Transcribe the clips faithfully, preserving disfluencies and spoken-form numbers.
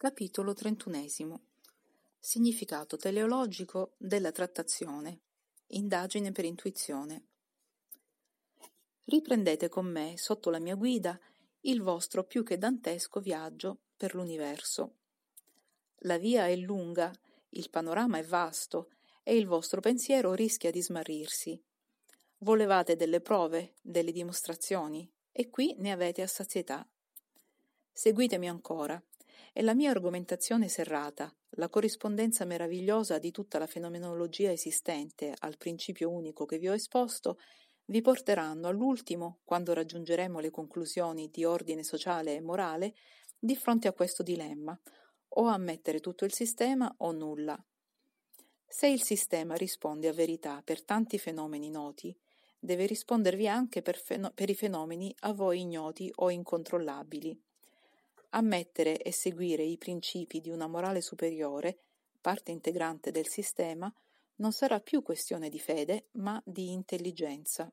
Capitolo trentunesimo. Significato teleologico della trattazione. Indagine per intuizione. Riprendete con me, sotto la mia guida, il vostro più che dantesco viaggio per l'universo. La via è lunga, il panorama è vasto e il vostro pensiero rischia di smarrirsi. Volevate delle prove, delle dimostrazioni, e qui ne avete a sazietà. Seguitemi ancora. E la mia argomentazione serrata, la corrispondenza meravigliosa di tutta la fenomenologia esistente al principio unico che vi ho esposto, vi porteranno all'ultimo, quando raggiungeremo le conclusioni di ordine sociale e morale, di fronte a questo dilemma: o ammettere tutto il sistema o nulla. Se il sistema risponde a verità per tanti fenomeni noti, deve rispondervi anche per, fen- per i fenomeni a voi ignoti o incontrollabili. Ammettere e seguire i principi di una morale superiore, parte integrante del sistema, non sarà più questione di fede, ma di intelligenza.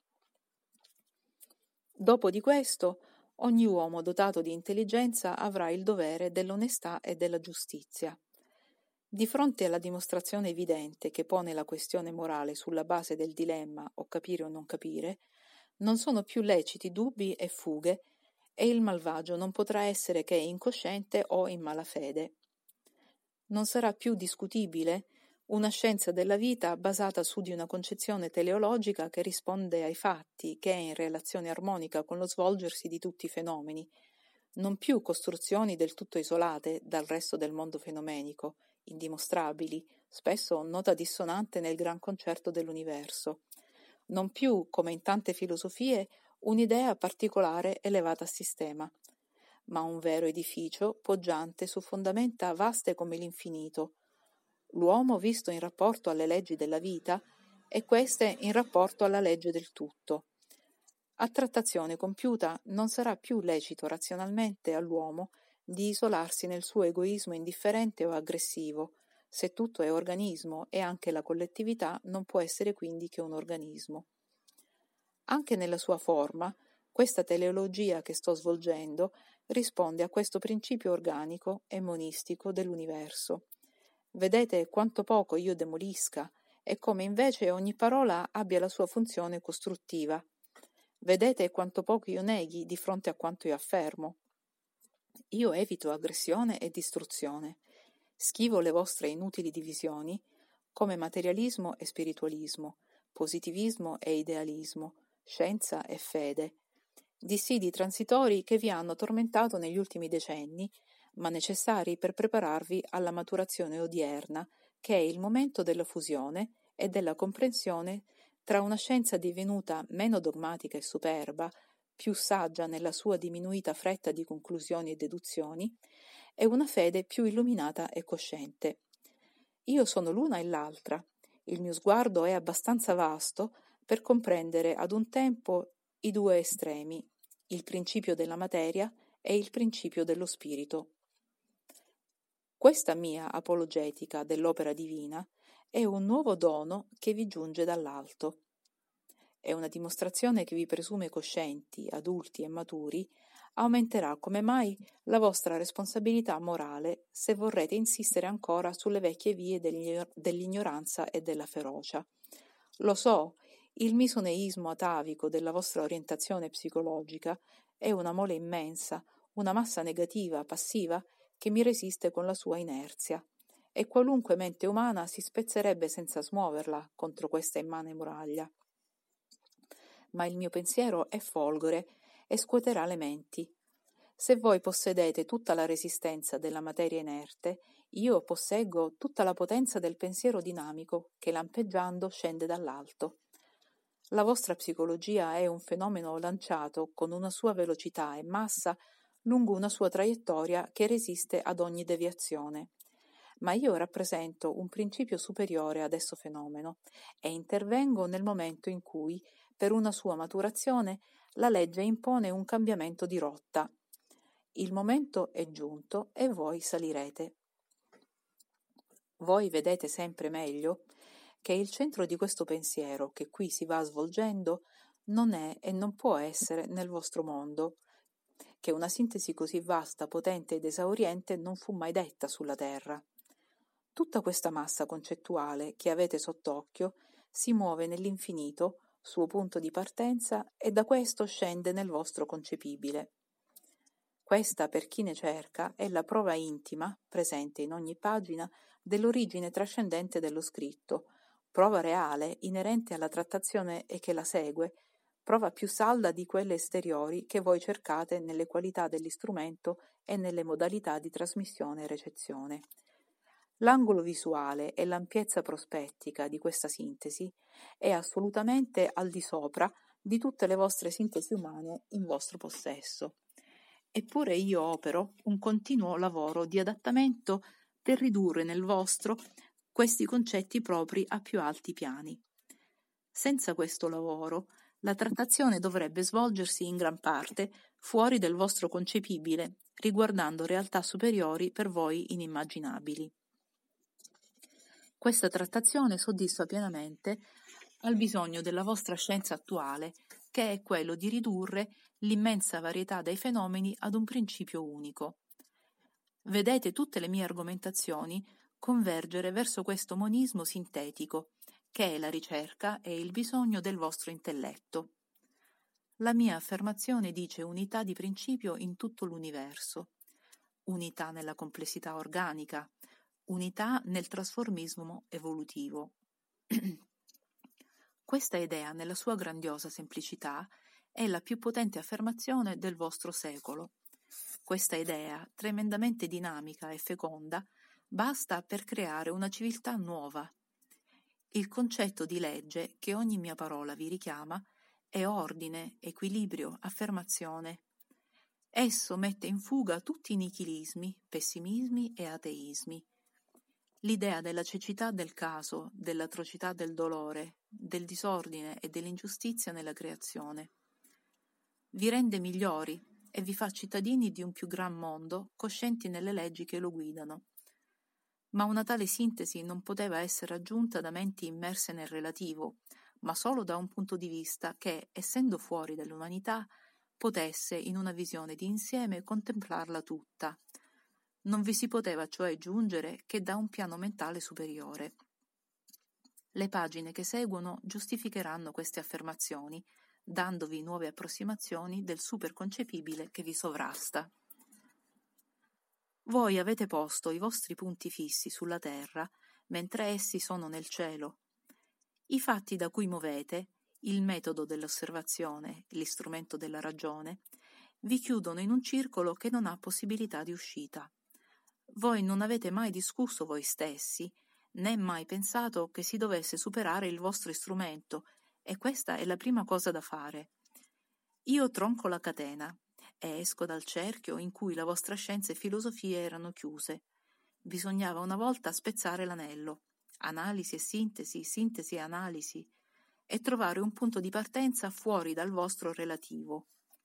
Dopo di questo, ogni uomo dotato di intelligenza avrà il dovere dell'onestà e della giustizia. Di fronte alla dimostrazione evidente che pone la questione morale sulla base del dilemma o capire o non capire, non sono più leciti dubbi e fughe, e il malvagio non potrà essere che incosciente o in malafede. Non sarà più discutibile una scienza della vita basata su di una concezione teleologica che risponde ai fatti, che è in relazione armonica con lo svolgersi di tutti i fenomeni, non più costruzioni del tutto isolate dal resto del mondo fenomenico, indimostrabili, spesso nota dissonante nel gran concerto dell'universo, non più, come in tante filosofie, un'idea particolare elevata a sistema, ma un vero edificio poggiante su fondamenta vaste come l'infinito, l'uomo visto in rapporto alle leggi della vita e queste in rapporto alla legge del tutto. A trattazione compiuta non sarà più lecito razionalmente all'uomo di isolarsi nel suo egoismo indifferente o aggressivo, se tutto è organismo e anche la collettività non può essere quindi che un organismo. Anche nella sua forma, questa teleologia che sto svolgendo risponde a questo principio organico e monistico dell'universo. Vedete quanto poco io demolisca e come invece ogni parola abbia la sua funzione costruttiva. Vedete quanto poco io neghi di fronte a quanto io affermo. Io evito aggressione e distruzione. Schivo le vostre inutili divisioni come materialismo e spiritualismo, positivismo e idealismo, scienza e fede, dissidi transitori che vi hanno tormentato negli ultimi decenni, ma necessari per prepararvi alla maturazione odierna, che è il momento della fusione e della comprensione tra una scienza divenuta meno dogmatica e superba, più saggia nella sua diminuita fretta di conclusioni e deduzioni, e una fede più illuminata e cosciente. Io sono l'una e l'altra. Il mio sguardo è abbastanza vasto per comprendere ad un tempo i due estremi, il principio della materia e il principio dello spirito. Questa mia apologetica dell'opera divina è un nuovo dono che vi giunge dall'alto. È una dimostrazione che vi presume coscienti, adulti e maturi, aumenterà come mai la vostra responsabilità morale se vorrete insistere ancora sulle vecchie vie dell'ignoranza e della ferocia. Lo so, il misoneismo atavico della vostra orientazione psicologica è una mole immensa, una massa negativa, passiva, che mi resiste con la sua inerzia, e qualunque mente umana si spezzerebbe senza smuoverla contro questa immane muraglia. Ma il mio pensiero è folgore e scuoterà le menti. Se voi possedete tutta la resistenza della materia inerte, io posseggo tutta la potenza del pensiero dinamico che lampeggiando scende dall'alto. La vostra psicologia è un fenomeno lanciato con una sua velocità e massa lungo una sua traiettoria che resiste ad ogni deviazione. Ma io rappresento un principio superiore ad esso fenomeno e intervengo nel momento in cui, per una sua maturazione, la legge impone un cambiamento di rotta. Il momento è giunto e voi salirete. Voi vedete sempre meglio che il centro di questo pensiero che qui si va svolgendo non è e non può essere nel vostro mondo, che una sintesi così vasta, potente ed esauriente non fu mai detta sulla Terra. Tutta questa massa concettuale che avete sott'occhio si muove nell'infinito, suo punto di partenza, e da questo scende nel vostro concepibile. Questa, per chi ne cerca, è la prova intima, presente in ogni pagina, dell'origine trascendente dello scritto, prova reale, inerente alla trattazione e che la segue, prova più salda di quelle esteriori che voi cercate nelle qualità dell'istrumento e nelle modalità di trasmissione e recezione. L'angolo visuale e l'ampiezza prospettica di questa sintesi è assolutamente al di sopra di tutte le vostre sintesi umane in vostro possesso. Eppure io opero un continuo lavoro di adattamento per ridurre nel vostro questi concetti propri a più alti piani. Senza questo lavoro, la trattazione dovrebbe svolgersi in gran parte fuori del vostro concepibile, riguardando realtà superiori per voi inimmaginabili. Questa trattazione soddisfa pienamente al bisogno della vostra scienza attuale, che è quello di ridurre l'immensa varietà dei fenomeni ad un principio unico. Vedete tutte le mie argomentazioni convergere verso questo monismo sintetico, che è la ricerca e il bisogno del vostro intelletto. La mia affermazione dice unità di principio in tutto l'universo, unità nella complessità organica, unità nel trasformismo evolutivo. Questa idea, nella sua grandiosa semplicità, è la più potente affermazione del vostro secolo. Questa idea, tremendamente dinamica e feconda, basta per creare una civiltà nuova. Il concetto di legge che ogni mia parola vi richiama è ordine, equilibrio, affermazione. Esso mette in fuga tutti i nichilismi, pessimismi e ateismi. L'idea della cecità del caso, dell'atrocità del dolore, del disordine e dell'ingiustizia nella creazione. Vi rende migliori e vi fa cittadini di un più gran mondo, coscienti nelle leggi che lo guidano. Ma una tale sintesi non poteva essere raggiunta da menti immerse nel relativo, ma solo da un punto di vista che, essendo fuori dall'umanità, potesse, in una visione di insieme, contemplarla tutta. Non vi si poteva cioè giungere che da un piano mentale superiore. Le pagine che seguono giustificheranno queste affermazioni, dandovi nuove approssimazioni del superconcepibile che vi sovrasta. Voi avete posto i vostri punti fissi sulla terra, mentre essi sono nel cielo. I fatti da cui muovete, il metodo dell'osservazione, l'istrumento della ragione, vi chiudono in un circolo che non ha possibilità di uscita. Voi non avete mai discusso voi stessi, né mai pensato che si dovesse superare il vostro strumento, e questa è la prima cosa da fare. Io tronco la catena e esco dal cerchio in cui la vostra scienza e filosofia erano chiuse. Bisognava una volta spezzare l'anello, analisi e sintesi, sintesi e analisi, e trovare un punto di partenza fuori dal vostro relativo.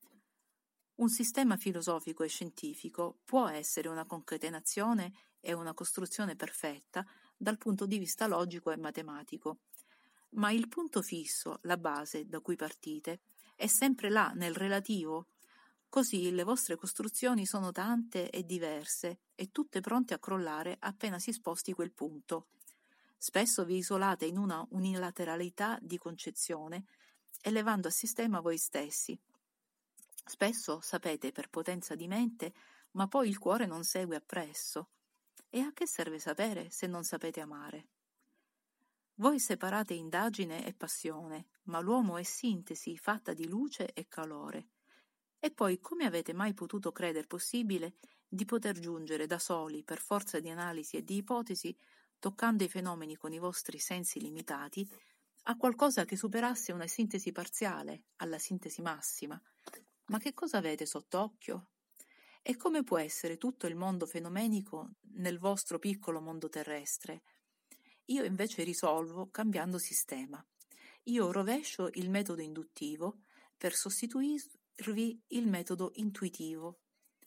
Un sistema filosofico e scientifico può essere una concatenazione e una costruzione perfetta dal punto di vista logico e matematico, ma il punto fisso, la base da cui partite, è sempre là nel relativo. Così le vostre costruzioni sono tante e diverse e tutte pronte a crollare appena si sposti quel punto. Spesso vi isolate in una unilateralità di concezione, elevando a sistema voi stessi. Spesso sapete per potenza di mente, ma poi il cuore non segue appresso. E a che serve sapere se non sapete amare? Voi separate indagine e passione, ma l'uomo è sintesi fatta di luce e calore. E poi come avete mai potuto credere possibile di poter giungere da soli, per forza di analisi e di ipotesi, toccando i fenomeni con i vostri sensi limitati, a qualcosa che superasse una sintesi parziale, alla sintesi massima? Ma che cosa avete sott'occhio? E come può essere tutto il mondo fenomenico nel vostro piccolo mondo terrestre? Io invece risolvo cambiando sistema. Io rovescio il metodo induttivo per sostituirvi il metodo intuitivo.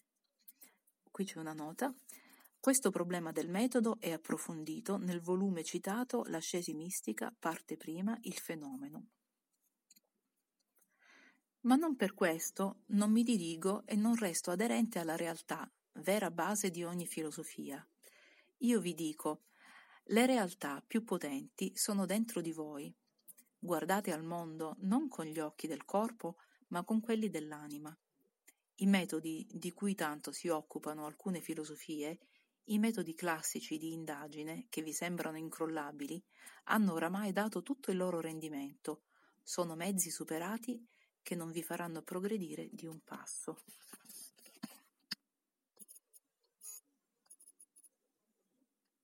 Qui c'è una nota. Questo problema del metodo è approfondito nel volume citato L'ascesi mistica, parte prima, il fenomeno. Ma non per questo non mi dirigo e non resto aderente alla realtà, vera base di ogni filosofia. Io vi dico, le realtà più potenti sono dentro di voi. Guardate al mondo non con gli occhi del corpo, ma con quelli dell'anima. I metodi di cui tanto si occupano alcune filosofie, i metodi classici di indagine che vi sembrano incrollabili, hanno oramai dato tutto il loro rendimento. Sono mezzi superati che non vi faranno progredire di un passo.